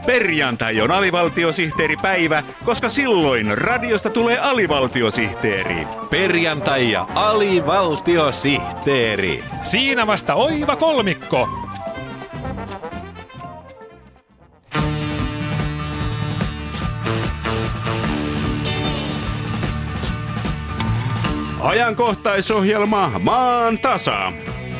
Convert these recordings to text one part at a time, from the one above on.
Perjantai on alivaltiosihteeripäivä, koska silloin radiosta tulee alivaltiosihteeri. Perjantai ja alivaltiosihteeri. Siinä vasta oiva kolmikko. Ajankohtaisohjelma Maan tasa.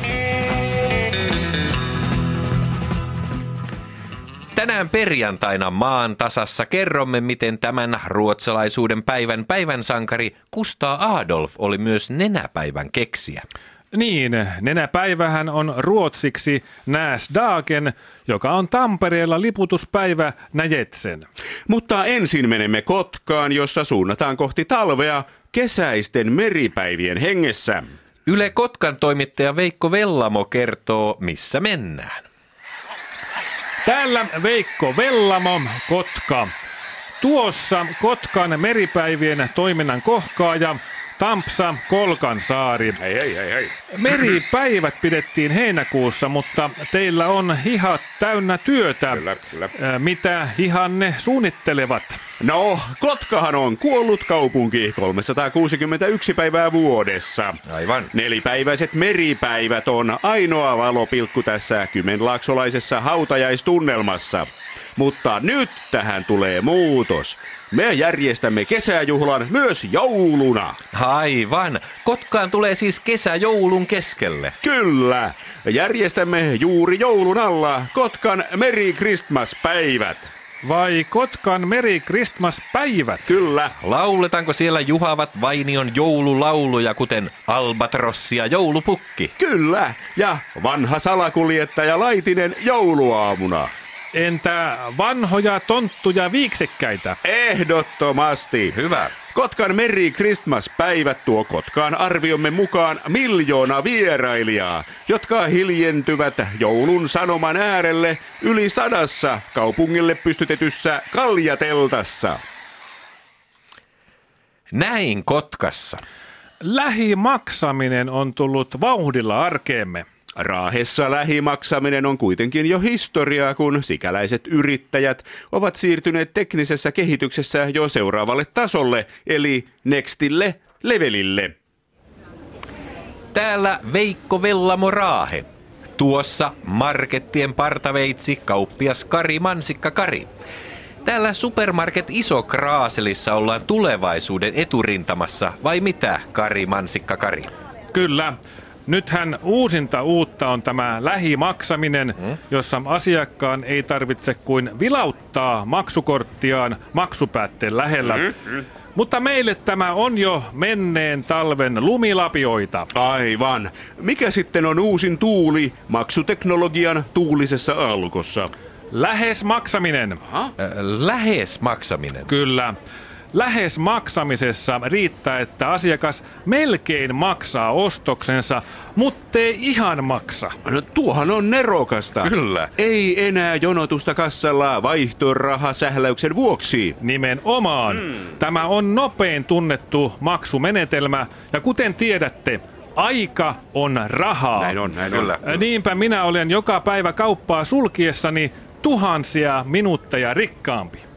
Tänään perjantaina Maan tasassa kerromme, miten tämän ruotsalaisuuden päivän sankari Gustav Adolf oli myös nenäpäivän keksijä. Niin, nenäpäivähän on ruotsiksi Näsdagen, joka on Tampereella liputuspäivä Näjetsen. Mutta ensin menemme Kotkaan, jossa suunnataan kohti talvea kesäisten meripäivien hengessä. Yle Kotkan toimittaja Veikko Vellamo kertoo, missä mennään. Täällä Veikko Vellamo, Kotka. Tuossa Kotkan meripäivien toiminnan kohkaaja Tampsa Kolkansaari. Hei. Meripäivät pidettiin heinäkuussa, mutta teillä on hihat täynnä työtä. Kyllä. Mitä hihanne suunnittelevat? No, Kotkahan on kuollut kaupunki 361 päivää vuodessa. Aivan. Nelipäiväiset meripäivät on ainoa valopilkku tässä kymenlaaksolaisessa hautajaistunnelmassa. Mutta nyt tähän tulee muutos. Me järjestämme kesäjuhlan myös jouluna. Aivan. Kotkaan tulee siis kesäjoulun keskelle. Kyllä. Järjestämme juuri joulun alla Kotkan Merry Christmas-päivät. Vai Kotkan Merry Christmas-päivät? Kyllä. Lauletaanko siellä juhavat Vainion joululauluja, kuten Albatrossi ja joulupukki? Kyllä. Ja vanha salakuljettaja Laitinen jouluaamuna. Entä vanhoja tonttuja viiksekkäitä? Ehdottomasti. Hyvä. Kotkan Merry Christmas-päivät tuo Kotkaan arviomme mukaan 1 miljoona vierailijaa, jotka hiljentyvät joulun sanoman äärelle yli 100 kaupungille pystytetyssä kaljateltassa. Näin Kotkassa. Lähimaksaminen on tullut vauhdilla arkeemme. Raahessa lähimaksaminen on kuitenkin jo historiaa, kun sikäläiset yrittäjät ovat siirtyneet teknisessä kehityksessä jo seuraavalle tasolle, eli nextille levelille. Täällä Veikko Vellamo Raahe. Tuossa markettien partaveitsi kauppias Kari Mansikka Kari. Täällä Supermarket Iso Kraaselissa ollaan tulevaisuuden eturintamassa, vai mitä, Kari Mansikka Kari? Kyllä. Nythän uusinta uutta on tämä lähimaksaminen, jossa asiakkaan ei tarvitse kuin vilauttaa maksukorttiaan maksupäätteen lähellä. Mutta meille tämä on jo menneen talven lumilapioita. Aivan. Mikä sitten on uusin tuuli maksuteknologian tuulisessa aallokossa? Lähes maksaminen. Lähes maksaminen. Kyllä. Lähes maksamisessa riittää, että asiakas melkein maksaa ostoksensa, muttei ihan maksa. No, tuohan on nerokasta. Kyllä. Ei enää jonotusta kassalla vaihtorahasähläyksen vuoksi. Nimenomaan. Tämä on nopein tunnettu maksumenetelmä, ja kuten tiedätte, aika on rahaa. Näin on. Kyllä. Niinpä minä olen joka päivä kauppaa sulkiessani tuhansia minuutteja rikkaampi.